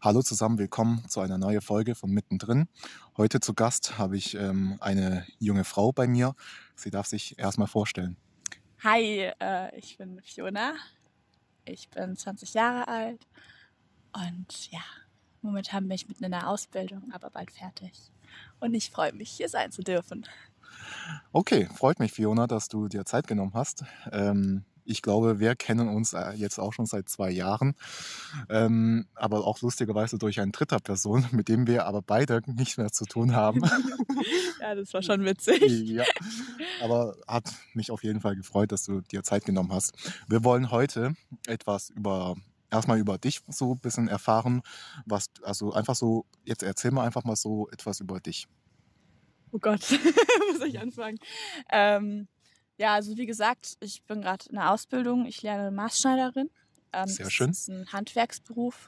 Hallo zusammen, willkommen zu einer neuen Folge von Mittendrin. Heute zu Gast habe ich eine junge Frau bei mir. Sie darf sich erstmal vorstellen. Hi, ich bin Fiona. Ich bin 20 Jahre alt und ja, momentan bin ich mitten in der Ausbildung, aber bald fertig. Und ich freue mich, hier sein zu dürfen. Okay, freut mich, Fiona, dass du dir Zeit genommen hast. Ich glaube, wir kennen uns jetzt auch schon seit 2 Jahren, aber auch lustigerweise durch eine dritte Person, mit dem wir aber beide nichts mehr zu tun haben. Ja, das war schon witzig. Ja, aber hat mich auf jeden Fall gefreut, dass du dir Zeit genommen hast. Wir wollen heute etwas erstmal über dich so ein bisschen erfahren. Jetzt erzähl mal einfach mal so etwas über dich. Oh Gott, muss ich anfangen? Ja, also wie gesagt, ich bin gerade in der Ausbildung. Ich lerne Maßschneiderin. Sehr schön. Das ist ein Handwerksberuf.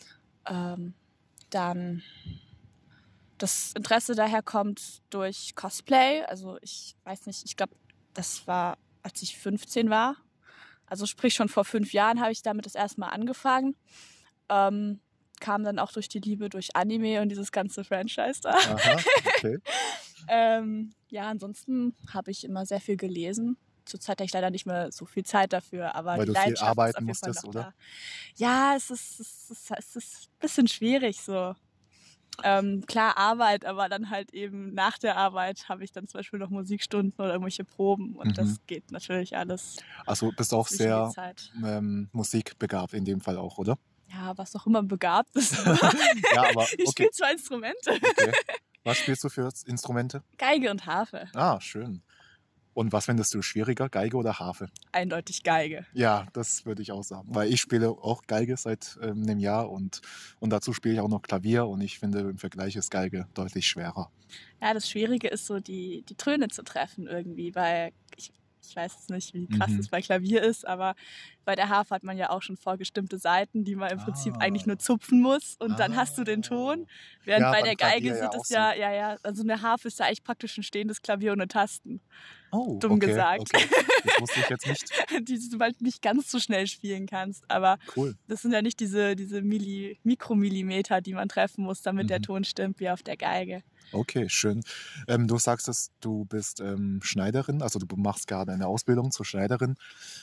Dann das Interesse daher kommt durch Cosplay. Also ich weiß nicht, ich glaube, das war, als ich 15 war. Also sprich schon vor 5 Jahren habe ich damit das erste Mal angefangen. Kam dann auch durch die Liebe durch Anime und dieses ganze Franchise da. Aha, okay. Ja, ansonsten habe ich immer sehr viel gelesen. Zurzeit habe ich leider nicht mehr so viel Zeit dafür, aber Weil die du viel Leidenschaft ist arbeiten auf jeden Fall musstest, noch oder? da. Ja, es ist ein bisschen schwierig so. Klar Arbeit, aber dann halt eben nach der Arbeit habe ich dann zum Beispiel noch Musikstunden oder irgendwelche Proben und das geht natürlich alles. Also bist du auch Zwischen die sehr Zeit. musikbegabt in dem Fall auch, oder? Ja, was auch immer begabt ist. Ja, aber Ich okay. spiele 2 Instrumente. Okay. Was spielst du für Instrumente? Geige und Harfe. Ah, schön. Und was findest du schwieriger, Geige oder Harfe? Eindeutig Geige. Ja, das würde ich auch sagen. Weil ich spiele auch Geige seit einem Jahr und dazu spiele ich auch noch Klavier und ich finde, im Vergleich ist Geige deutlich schwerer. Ja, das Schwierige ist so, die Töne zu treffen irgendwie, weil ich weiß jetzt nicht, wie krass es bei Klavier ist, aber bei der Harfe hat man ja auch schon vorgestimmte Saiten, die man im Prinzip eigentlich nur zupfen muss und dann hast du den Ton. Während Ja, bei beim der Klavier Geige ja sieht auch es so. ja, also eine Harfe ist ja eigentlich praktisch ein stehendes Klavier ohne Tasten. Oh, Dumm okay, gesagt. okay. Das wusste ich jetzt nicht. Die du halt nicht ganz so schnell spielen kannst, aber Cool. das sind ja nicht diese Mikromillimeter, die man treffen muss, damit der Ton stimmt, wie auf der Geige. Okay, schön. Du sagst, dass du bist Schneiderin, also du machst gerade eine Ausbildung zur Schneiderin.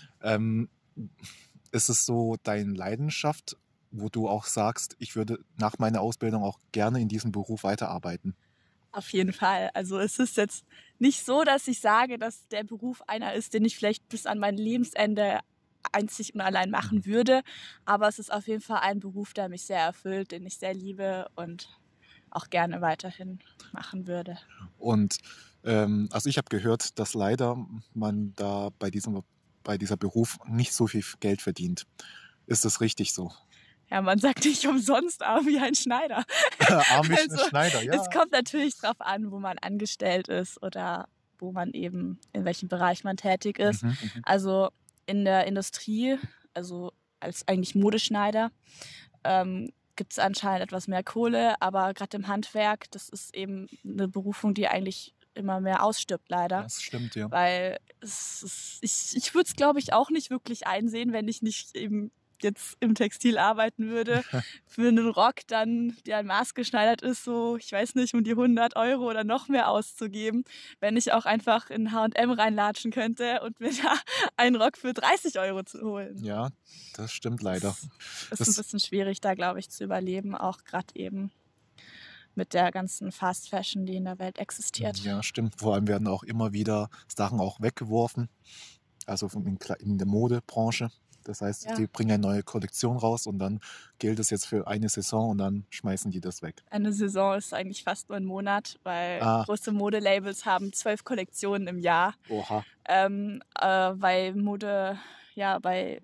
Ist es so deine Leidenschaft, wo du auch sagst, ich würde nach meiner Ausbildung auch gerne in diesem Beruf weiterarbeiten? Auf jeden Fall. Also es ist jetzt nicht so, dass ich sage, dass der Beruf einer ist, den ich vielleicht bis an mein Lebensende einzig und allein machen würde. Aber es ist auf jeden Fall ein Beruf, der mich sehr erfüllt, den ich sehr liebe und auch gerne weiterhin machen würde. Und also ich habe gehört, dass leider man da bei dieser Beruf nicht so viel Geld verdient. Ist das richtig so? Ja, man sagt nicht umsonst arm wie ein Schneider. Arm wie ein Also, Schneider, ja. es kommt natürlich drauf an, wo man angestellt ist oder wo man eben, in welchem Bereich man tätig ist. Also in der Industrie, also als eigentlich Modeschneider, gibt es anscheinend etwas mehr Kohle, aber gerade im Handwerk, das ist eben eine Berufung, die eigentlich immer mehr ausstirbt, leider. Das stimmt, ja. Weil ich würde es, glaube ich, auch nicht wirklich einsehen, wenn ich nicht eben jetzt im Textil arbeiten würde, für einen Rock dann, der maßgeschneidert ist, so, ich weiß nicht, um die 100 € oder noch mehr auszugeben, wenn ich auch einfach in H&M reinlatschen könnte und mir da einen Rock für 30 € zu holen. Ja, das stimmt leider. Das ist ein bisschen schwierig, da, glaube ich, zu überleben, auch gerade eben mit der ganzen Fast Fashion, die in der Welt existiert. Ja, stimmt. Vor allem werden auch immer wieder Sachen auch weggeworfen, also in der Modebranche. Das heißt, die bringen eine neue Kollektion raus und dann gilt es jetzt für eine Saison und dann schmeißen die das weg. Eine Saison ist eigentlich fast nur ein Monat, weil große Modelabels haben 12 Kollektionen im Jahr. Oha. Bei bei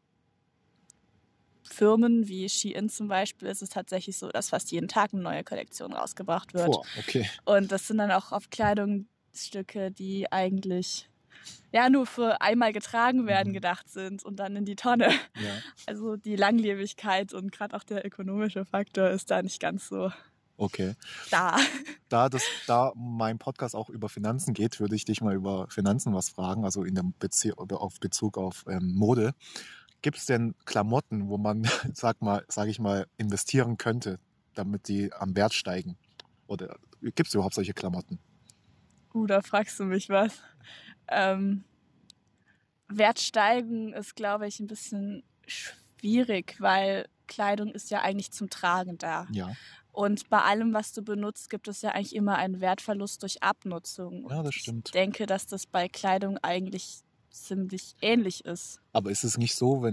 Firmen wie Shein zum Beispiel ist es tatsächlich so, dass fast jeden Tag eine neue Kollektion rausgebracht wird. Boah, okay. Und das sind dann auch oft Kleidungsstücke, die eigentlich nur für einmal getragen werden gedacht sind und dann in die Tonne. Ja. Also die Langlebigkeit und gerade auch der ökonomische Faktor ist da nicht ganz so da. Da mein Podcast auch über Finanzen geht, würde ich dich mal über Finanzen was fragen, also auf Bezug auf Mode. Gibt es denn Klamotten, wo man, sage ich mal, investieren könnte, damit die am Wert steigen? Oder gibt es überhaupt solche Klamotten? Da fragst du mich was. Ähm, Wert steigen ist, glaube ich, ein bisschen schwierig, weil Kleidung ist ja eigentlich zum Tragen da. Ja, Und bei allem, was du benutzt, gibt es ja eigentlich immer einen Wertverlust durch Abnutzung. ja, Und das ich stimmt. denke, dass das bei Kleidung eigentlich ziemlich ähnlich ist. Aber ist es nicht so,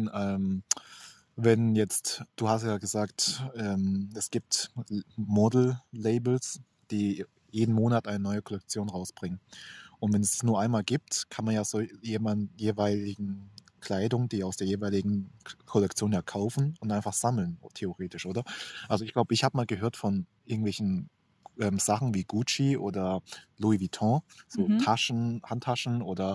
wenn jetzt, du hast ja gesagt, es gibt Model-Labels, die jeden Monat eine neue Kollektion rausbringen. Und wenn es nur einmal gibt, kann man ja so jeweiligen Kleidung, die aus der jeweiligen Kollektion ja kaufen und einfach sammeln, theoretisch, oder? Also ich glaube, ich habe mal gehört von irgendwelchen Sachen wie Gucci oder Louis Vuitton, so Mhm. Taschen, Handtaschen oder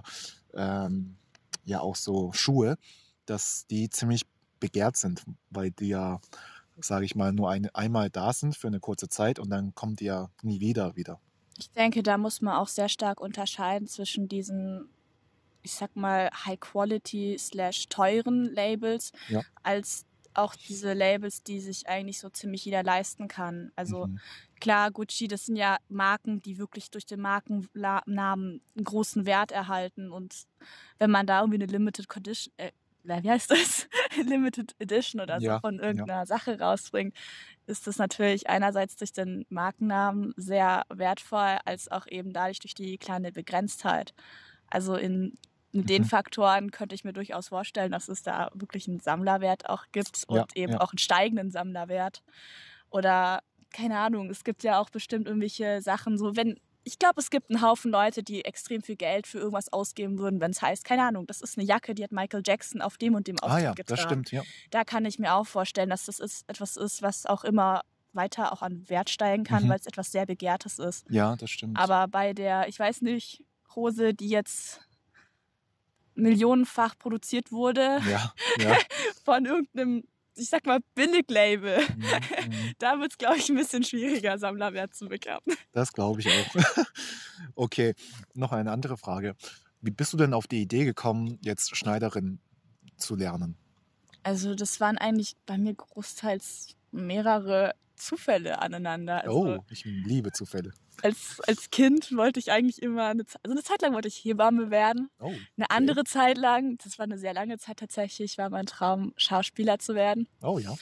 ja auch so Schuhe, dass die ziemlich begehrt sind, weil die ja, sage ich mal, nur einmal da sind für eine kurze Zeit und dann kommt die ja nie wieder. Ich denke, da muss man auch sehr stark unterscheiden zwischen diesen, ich sag mal, High-Quality/teuren Labels, Ja. als auch diese Labels, die sich eigentlich so ziemlich jeder leisten kann. Also Mhm. klar, Gucci, das sind ja Marken, die wirklich durch den Markennamen einen großen Wert erhalten. Und wenn man da irgendwie eine Limited Condition, wie heißt das? Limited Edition oder so Ja, von ja. irgendeiner Sache rausbringt, ist das natürlich einerseits durch den Markennamen sehr wertvoll, als auch eben dadurch durch die kleine Begrenztheit. Also in den Mhm. Faktoren könnte ich mir durchaus vorstellen, dass es da wirklich einen Sammlerwert auch gibt Ja, und eben ja. auch einen steigenden Sammlerwert. Oder, keine Ahnung, es gibt ja auch bestimmt irgendwelche Sachen, so wenn, ich glaube, es gibt einen Haufen Leute, die extrem viel Geld für irgendwas ausgeben würden, wenn es heißt, keine Ahnung, das ist eine Jacke, die hat Michael Jackson auf dem und dem Ah ja, Auftritt das getragen. stimmt, ja. Da kann ich mir auch vorstellen, dass das etwas ist, was auch immer weiter auch an Wert steigen kann, Mhm. weil es etwas sehr Begehrtes ist. Ja, das stimmt. Aber bei der, ich weiß nicht, Hose, die jetzt millionenfach produziert wurde Ja, ja. von irgendeinem, ich sag mal, Billiglabel, Mhm. da wird es, glaube ich, ein bisschen schwieriger, Sammlerwert zu bekommen. Das glaube ich auch. Okay, noch eine andere Frage. Wie bist du denn auf die Idee gekommen, jetzt Schneiderin zu lernen? Also das waren eigentlich bei mir großteils mehrere Zufälle aneinander. Also Oh, ich liebe Zufälle. als Kind wollte ich eigentlich immer, eine Zeit lang wollte ich Hebamme werden. Oh, Eine okay. andere Zeit lang, das war eine sehr lange Zeit tatsächlich, war mein Traum, Schauspieler zu werden. Oh ja.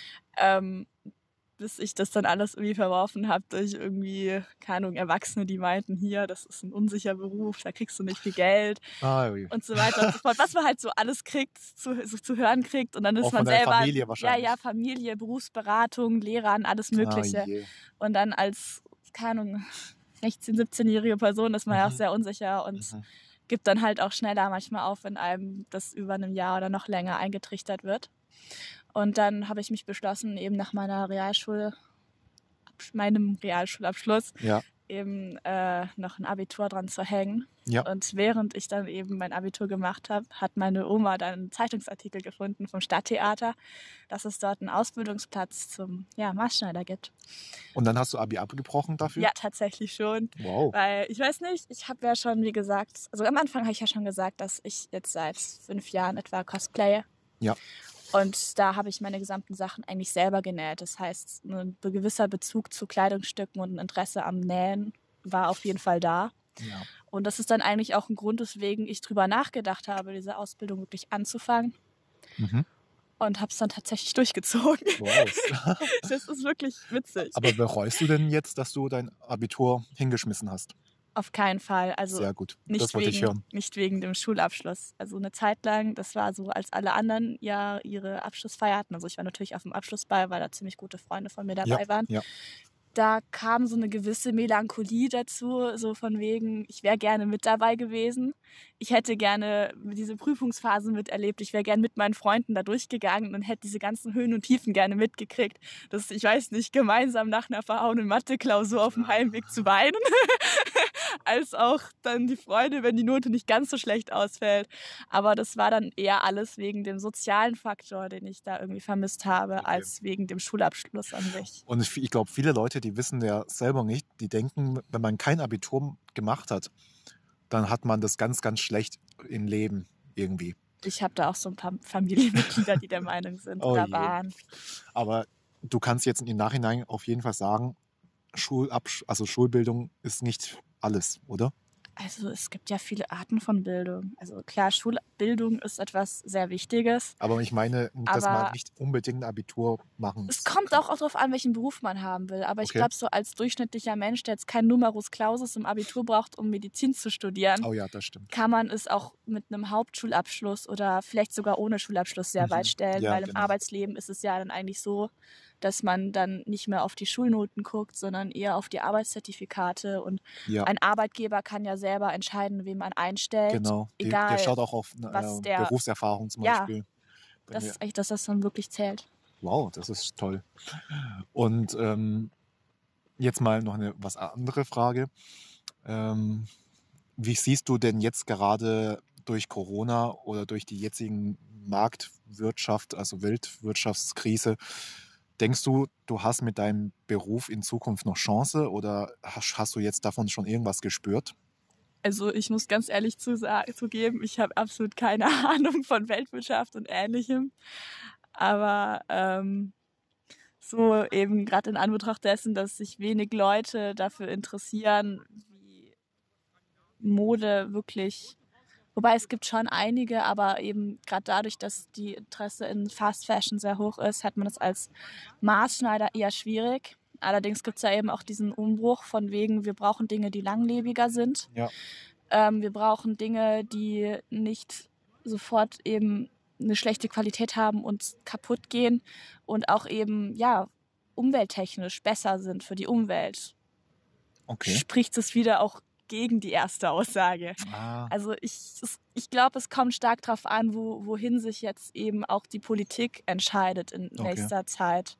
Bis ich das dann alles irgendwie verworfen habe durch irgendwie, keine Ahnung, Erwachsene, die meinten, hier, das ist ein unsicherer Beruf, da kriegst du nicht viel Geld Ah, ui. und so weiter und so fort. Was man halt so alles kriegt, so zu hören kriegt. Und dann ist Auch man von deiner selber, Familie wahrscheinlich. ja, Familie, Berufsberatung, Lehrern, alles Ah Mögliche. je. Und dann als, keine Ahnung, 16-, 17-jährige Person ist man ja auch Mhm. sehr unsicher und Mhm. gibt dann halt auch schneller manchmal auf, wenn einem das über einem Jahr oder noch länger eingetrichtert wird. Und dann habe ich mich beschlossen, eben nach meinem Realschulabschluss Ja, eben noch ein Abitur dran zu hängen. ja. Und während ich dann eben mein Abitur gemacht habe, hat meine Oma dann einen Zeitungsartikel gefunden vom Stadttheater, dass es dort einen Ausbildungsplatz zum Maßschneider gibt. Und dann hast du Abi abgebrochen dafür? Ja, tatsächlich schon. Wow. Weil ich weiß nicht, ich habe ja schon, wie gesagt, also am Anfang habe ich ja schon gesagt, dass ich jetzt seit 5 Jahren etwa cosplaye. Ja. Und da habe ich meine gesamten Sachen eigentlich selber genäht. Das heißt, ein gewisser Bezug zu Kleidungsstücken und ein Interesse am Nähen war auf jeden Fall da. Ja. Und das ist dann eigentlich auch ein Grund, weswegen ich drüber nachgedacht habe, diese Ausbildung wirklich anzufangen. Mhm. Und habe es dann tatsächlich durchgezogen. Wow. Das ist wirklich witzig. Aber bereust du denn jetzt, dass du dein Abitur hingeschmissen hast? Auf keinen Fall. Also Sehr gut. nicht Das wollte ich hören. nicht wegen dem Schulabschluss. Also eine Zeit lang, das war so, als alle anderen ja ihre Abschlussfeier hatten. Also ich war natürlich auf dem Abschlussball, weil da ziemlich gute Freunde von mir dabei waren. Ja. Da kam so eine gewisse Melancholie dazu, so von wegen, ich wäre gerne mit dabei gewesen. Ich hätte gerne diese Prüfungsphase miterlebt. Ich wäre gerne mit meinen Freunden da durchgegangen und hätte diese ganzen Höhen und Tiefen gerne mitgekriegt. Das, ich weiß nicht, gemeinsam nach einer verhauenen Mathe-Klausur auf dem Heimweg zu weinen. Als auch dann die Freude, wenn die Note nicht ganz so schlecht ausfällt. Aber das war dann eher alles wegen dem sozialen Faktor, den ich da irgendwie vermisst habe, Okay. als wegen dem Schulabschluss an sich. Und ich glaube, viele Leute, die wissen ja selber nicht, die denken, wenn man kein Abitur gemacht hat, dann hat man das ganz, ganz schlecht im Leben irgendwie. ich habe da auch so ein paar Familienmitglieder, die der Meinung sind Oh oder je. waren. Aber du kannst jetzt im Nachhinein auf jeden Fall sagen, also Schulbildung ist nicht alles, oder? Also es gibt ja viele Arten von Bildung. Also klar, Schulbildung ist etwas sehr Wichtiges, Aber ich meine, dass man aber nicht unbedingt ein Abitur machen es kommt kann. auch darauf an, welchen Beruf man haben will. Aber ich Okay. glaube, so als durchschnittlicher Mensch, der jetzt kein Numerus Clausus im Abitur braucht, um Medizin zu studieren, Oh ja, das stimmt. kann man es auch mit einem Hauptschulabschluss oder vielleicht sogar ohne Schulabschluss sehr weit stellen, Ja, weil im genau. Arbeitsleben ist es ja dann eigentlich so, dass man dann nicht mehr auf die Schulnoten guckt, sondern eher auf die Arbeitszertifikate. Und Ja, ein Arbeitgeber kann ja selber entscheiden, wen man einstellt, genau. Der egal schaut auch auf was der, Berufserfahrung zum ja, Beispiel. das ist eigentlich, dass das dann wirklich zählt. Wow, das ist toll. Und jetzt mal noch was andere Frage. Wie siehst du denn jetzt gerade durch Corona oder durch die jetzigen Marktwirtschaft, also Weltwirtschaftskrise, denkst du, du hast mit deinem Beruf in Zukunft noch Chance oder hast du jetzt davon schon irgendwas gespürt? Also ich muss ganz ehrlich zugeben, ich habe absolut keine Ahnung von Weltwirtschaft und Ähnlichem. Aber so eben gerade in Anbetracht dessen, dass sich wenig Leute dafür interessieren, wie Mode wirklich, wobei es gibt schon einige, aber eben gerade dadurch, dass die Interesse in Fast Fashion sehr hoch ist, hat man es als Maßschneider eher schwierig. Allerdings gibt es ja eben auch diesen Umbruch von wegen, wir brauchen Dinge, die langlebiger sind. Ja. Wir brauchen Dinge, die nicht sofort eben eine schlechte Qualität haben und kaputt gehen und auch eben, ja, umwelttechnisch besser sind für die Umwelt. Okay. Spricht es wieder auch gegen die erste Aussage. Ah, Also ich glaube, es kommt stark darauf an, wohin sich jetzt eben auch die Politik entscheidet in okay. nächster Zeit.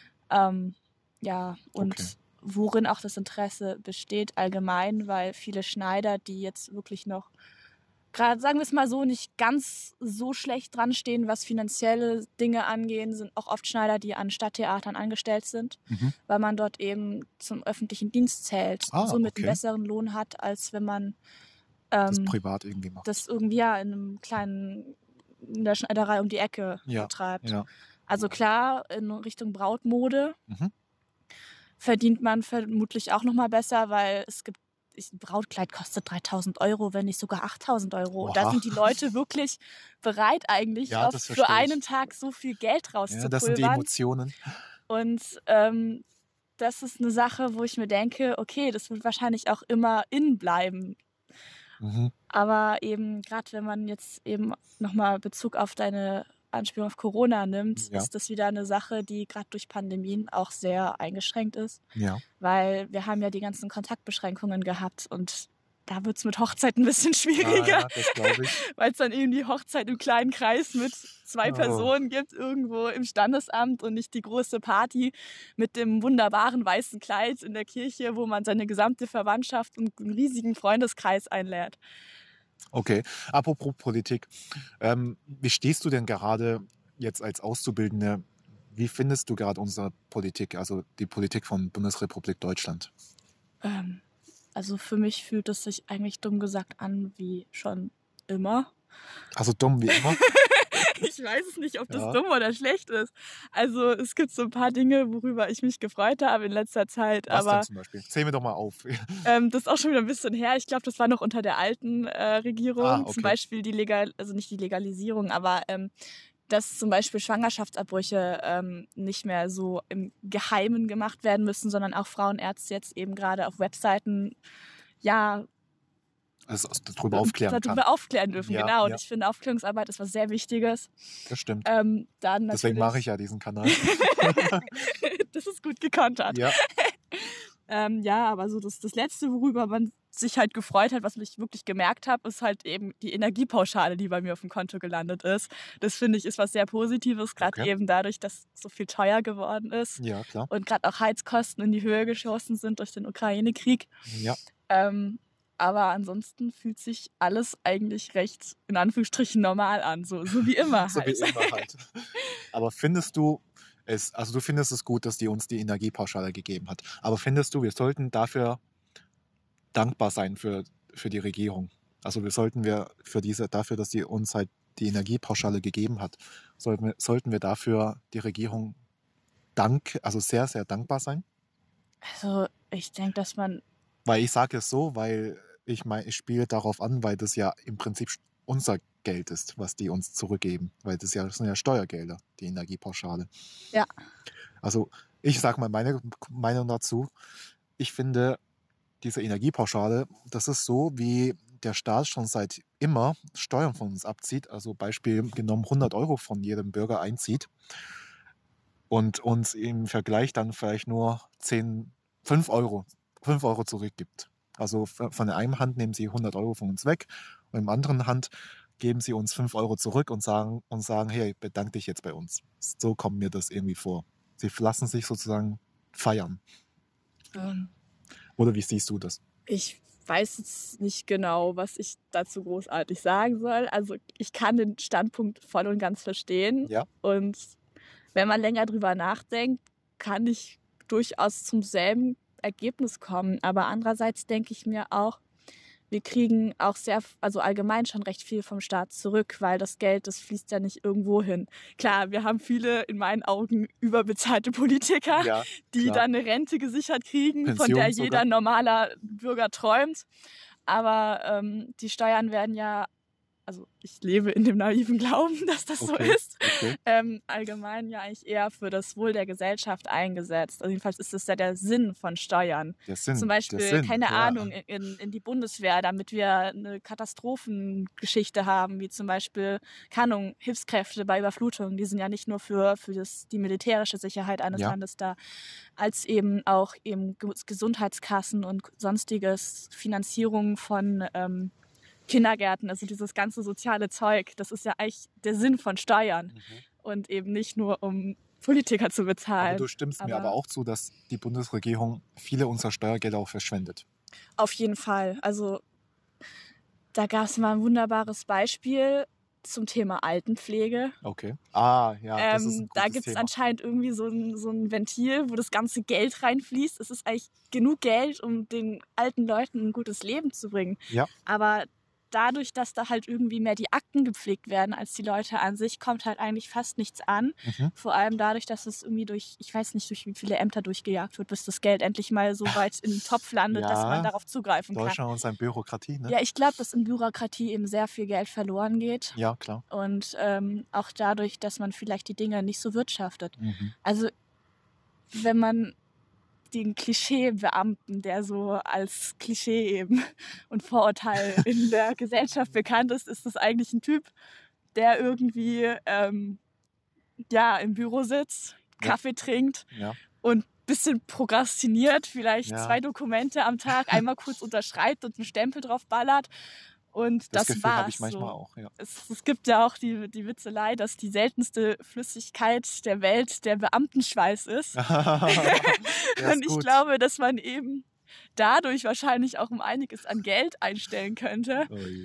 Ja, und Okay. worin auch das Interesse besteht allgemein, weil viele Schneider, die jetzt wirklich noch, gerade sagen wir es mal so, nicht ganz so schlecht dran stehen, was finanzielle Dinge angehen, sind auch oft Schneider, die an Stadttheatern angestellt sind, weil man dort eben zum öffentlichen Dienst zählt und somit einen okay. besseren Lohn hat, als wenn man Das privat irgendwie macht. das irgendwie ja in einem kleinen, in der Schneiderei um die Ecke Ja, betreibt. ja. Also klar, in Richtung Brautmode Mhm. verdient man vermutlich auch nochmal besser, weil es gibt, ein Brautkleid kostet 3.000 €, wenn nicht sogar 8.000 €. Und da Oha. sind die Leute wirklich bereit eigentlich, Ja, auf, das für verstehe ich. einen Tag so viel Geld Ja, das sind die rauszupulvern. Emotionen. Und das ist eine Sache, wo ich mir denke, okay, das wird wahrscheinlich auch immer in bleiben. Mhm. Aber eben, gerade wenn man jetzt eben nochmal Bezug auf deine Anspielung auf Corona nimmt, Ja. ist das wieder eine Sache, die gerade durch Pandemien auch sehr eingeschränkt ist. Ja. Weil wir haben ja die ganzen Kontaktbeschränkungen gehabt und da wird es mit Hochzeit ein bisschen schwieriger, Ja, das glaube ich. weil es dann eben die Hochzeit im kleinen Kreis mit 2 Oh. Personen gibt, irgendwo im Standesamt und nicht die große Party mit dem wunderbaren weißen Kleid in der Kirche, wo man seine gesamte Verwandtschaft und einen riesigen Freundeskreis einlädt. Okay, apropos Politik. Wie stehst du denn gerade jetzt als Auszubildende? Wie findest du gerade unsere Politik, also die Politik von Bundesrepublik Deutschland? Also für mich fühlt es sich eigentlich dumm gesagt an wie schon immer. Also dumm wie immer? Ich weiß es nicht, ob das Ja. dumm oder schlecht ist. Also es gibt so ein paar Dinge, worüber ich mich gefreut habe in letzter Zeit. Was denn Aber zum Beispiel? Zähl mir doch mal auf. das ist auch schon wieder ein bisschen her. Ich glaube, das war noch unter der alten Regierung. Ah, okay. Zum Beispiel also nicht die Legalisierung, aber dass zum Beispiel Schwangerschaftsabbrüche nicht mehr so im Geheimen gemacht werden müssen, sondern auch Frauenärzte jetzt eben gerade auf Webseiten ja Also darüber aufklären kann. darüber aufklären dürfen. Ja, Genau. Und ja. ich finde, Aufklärungsarbeit ist was sehr Wichtiges. Das stimmt. Dann Deswegen mache natürlich- ich ja diesen Kanal. Das ist gut gekontert. Ja, Ja, aber so das Letzte, worüber man sich halt gefreut hat, was ich wirklich gemerkt habe, ist halt eben die Energiepauschale, die bei mir auf dem Konto gelandet ist. Das finde ich ist was sehr Positives, gerade Okay. eben dadurch, dass so viel teuer geworden ist ja, klar. und gerade auch Heizkosten in die Höhe geschossen sind durch den Ukraine-Krieg. Ja. Aber ansonsten fühlt sich alles eigentlich recht, in Anführungsstrichen, normal an, so wie immer So wie halt. immer halt. Aber findest du also du findest es gut, dass die uns die Energiepauschale gegeben hat. Aber findest du, wir sollten dafür dankbar sein für die Regierung? Also dafür, dass die uns halt die Energiepauschale gegeben hat, sollten wir dafür die Regierung sehr, sehr dankbar sein? Also ich denke, dass man... Weil ich sage es so, weil ich spiele darauf an, weil das ja im Prinzip unser Geld ist, was die uns zurückgeben. Weil das sind ja Steuergelder, die Energiepauschale. Ja. Also ich sage mal meine Meinung dazu. Ich finde, diese Energiepauschale, das ist so, wie der Staat schon seit immer Steuern von uns abzieht. Also Beispiel genommen 100 Euro von jedem Bürger einzieht und uns im Vergleich dann vielleicht nur 5 Euro zurückgibt. Also von der einen Hand nehmen sie 100 Euro von uns weg und in der anderen Hand geben sie uns 5 Euro zurück und sagen, hey, bedank dich jetzt bei uns. So kommt mir das irgendwie vor. Sie lassen sich sozusagen feiern. Oder wie siehst du das? Ich weiß jetzt nicht genau, was ich dazu großartig sagen soll. Also ich kann den Standpunkt voll und ganz verstehen. Ja. Und wenn man länger drüber nachdenkt, kann ich durchaus zum selben Ergebnis kommen. Aber andererseits denke ich mir auch, wir kriegen auch allgemein schon recht viel vom Staat zurück, weil das Geld, das fließt ja nicht irgendwo hin. Klar, wir haben viele, in meinen Augen, überbezahlte Politiker, die dann eine Rente gesichert kriegen, Pension von der jeder normaler Bürger träumt. Aber die Steuern werden ja, also ich lebe in dem naiven Glauben, dass das so ist, allgemein ja eigentlich eher für das Wohl der Gesellschaft eingesetzt. Also jedenfalls ist das ja der Sinn von Steuern. Zum Beispiel, keine Ahnung, in die Bundeswehr, damit wir eine Katastrophengeschichte haben, wie zum Beispiel, Hilfskräfte bei Überflutungen, die sind ja nicht nur für die militärische Sicherheit eines Landes da, als eben auch Gesundheitskassen und sonstiges, Finanzierung von Kindergärten, also dieses ganze soziale Zeug, das ist ja eigentlich der Sinn von Steuern und eben nicht nur, um Politiker zu bezahlen. Aber du stimmst mir aber auch zu, dass die Bundesregierung viele unserer Steuergelder auch verschwendet. Auf jeden Fall. Also da gab es mal ein wunderbares Beispiel zum Thema Altenpflege. Okay. Das ist ein gutes Da gibt es anscheinend irgendwie so ein Ventil, wo das ganze Geld reinfließt. Es ist eigentlich genug Geld, um den alten Leuten ein gutes Leben zu bringen. Ja. Aber dadurch, dass da halt irgendwie mehr die Akten gepflegt werden als die Leute an sich, kommt halt eigentlich fast nichts an. Vor allem dadurch, dass es irgendwie durch wie viele Ämter durchgejagt wird, bis das Geld endlich mal so weit in den Topf landet, dass man darauf zugreifen kann. Deutschland und seine Bürokratie, ne? Ja, ich glaube, dass in Bürokratie eben sehr viel Geld verloren geht. Ja, klar. Und auch dadurch, dass man vielleicht die Dinge nicht so wirtschaftet. Also wenn man den Klischee-Beamten, der so als Klischee eben und Vorurteil in der Gesellschaft bekannt ist, ist das eigentlich ein Typ, der irgendwie im Büro sitzt, Kaffee trinkt und ein bisschen prokrastiniert, vielleicht 2 Dokumente am Tag, einmal kurz unterschreibt und einen Stempel drauf ballert. Und das Gefühl war's. habe ich manchmal auch, ja. Es gibt ja auch die Witzelei, dass die seltenste Flüssigkeit der Welt der Beamtenschweiß ist. Und ich glaube, dass man eben dadurch wahrscheinlich auch um einiges an Geld einsparen könnte,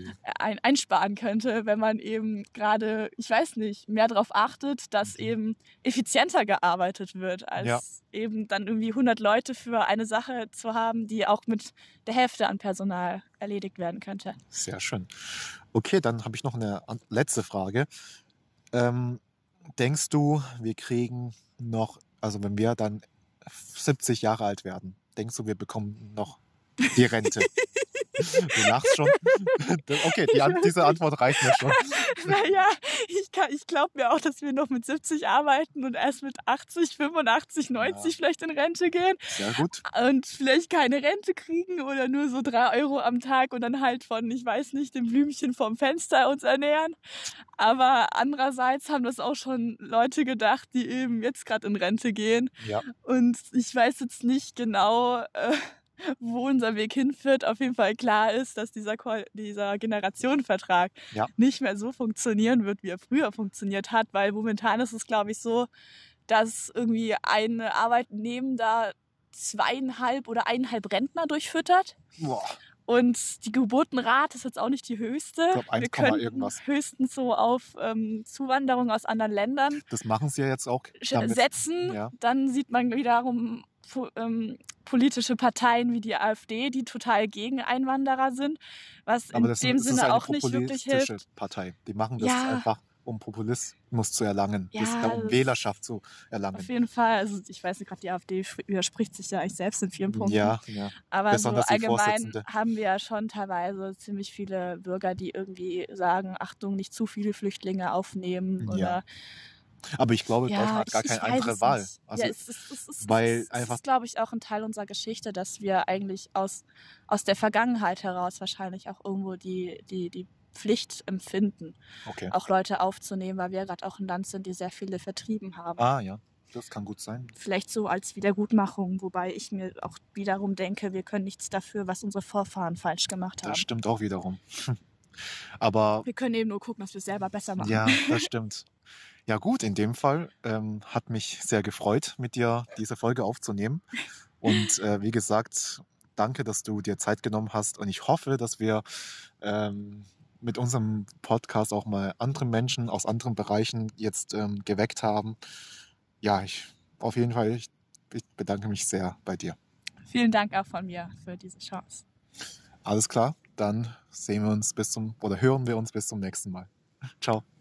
wenn man eben gerade, ich weiß nicht, mehr darauf achtet, dass eben effizienter gearbeitet wird, als eben dann irgendwie 100 Leute für eine Sache zu haben, die auch mit der Hälfte an Personal erledigt werden könnte. Sehr schön. Okay, dann habe ich noch eine letzte Frage. Denkst du, wir kriegen noch, also wenn wir dann 70 Jahre alt werden, denkst du, wir bekommen noch die Rente? Du lachst schon. Okay, diese Antwort reicht mir schon. Naja, ich glaube mir auch, dass wir noch mit 70 arbeiten und erst mit 80, 85, 90 vielleicht in Rente gehen. Sehr gut. Und vielleicht keine Rente kriegen oder nur so 3 Euro am Tag und dann halt von, ich weiß nicht, dem Blümchen vom Fenster uns ernähren. Aber andererseits haben das auch schon Leute gedacht, die eben jetzt gerade in Rente gehen. Ja. Und ich weiß jetzt nicht genau, wo unser Weg hinführt. Auf jeden Fall klar ist, dass dieser Generationenvertrag nicht mehr so funktionieren wird, wie er früher funktioniert hat, weil momentan ist es, glaube ich, so, dass irgendwie ein Arbeitnehmer 2,5 oder 1,5 Rentner durchfüttert. Boah. Und die Geburtenrate ist jetzt auch nicht die höchste. Ich glaube, 1, wir können irgendwas. höchstens so auf Zuwanderung aus anderen Ländern das machen sie ja jetzt auch setzen. Dann sieht man wiederum politische Parteien wie die AfD, die total gegen Einwanderer sind, was Aber in dem das ist Sinne eine auch nicht wirklich populistische hilft. Partei. Die machen das Ja, einfach, um Populismus zu erlangen, ja, um Wählerschaft zu auf erlangen. jeden Fall. Also ich weiß nicht, gerade die AfD widerspricht sich ja eigentlich selbst in vielen Punkten. Ja. Aber so Besonders die allgemein Vorsitzende. haben wir ja schon teilweise ziemlich viele Bürger, die irgendwie sagen, Achtung, nicht zu viele Flüchtlinge aufnehmen Ja. oder Aber ich glaube, Deutschland ja, hat gar ich keine weiß andere es Wahl. nicht. Also, Ja, es weil einfach, ist, glaube ich, auch ein Teil unserer Geschichte, dass wir eigentlich aus der Vergangenheit heraus wahrscheinlich auch irgendwo die Pflicht empfinden, okay. auch Leute aufzunehmen, weil wir gerade auch ein Land sind, die sehr viele vertrieben haben. Ja, das kann gut sein. Vielleicht so als Wiedergutmachung, wobei ich mir auch wiederum denke, wir können nichts dafür, was unsere Vorfahren falsch gemacht Das haben. stimmt auch wiederum. Aber Wir können eben nur gucken, dass wir es selber besser machen. ja, das stimmt. Ja gut, in dem Fall hat mich sehr gefreut, mit dir diese Folge aufzunehmen. Und wie gesagt, danke, dass du dir Zeit genommen hast. Und ich hoffe, dass wir mit unserem Podcast auch mal andere Menschen aus anderen Bereichen jetzt geweckt haben. Ja, auf jeden Fall, ich bedanke mich sehr bei dir. Vielen Dank auch von mir für diese Chance. Alles klar, dann hören wir uns bis zum nächsten Mal. Ciao.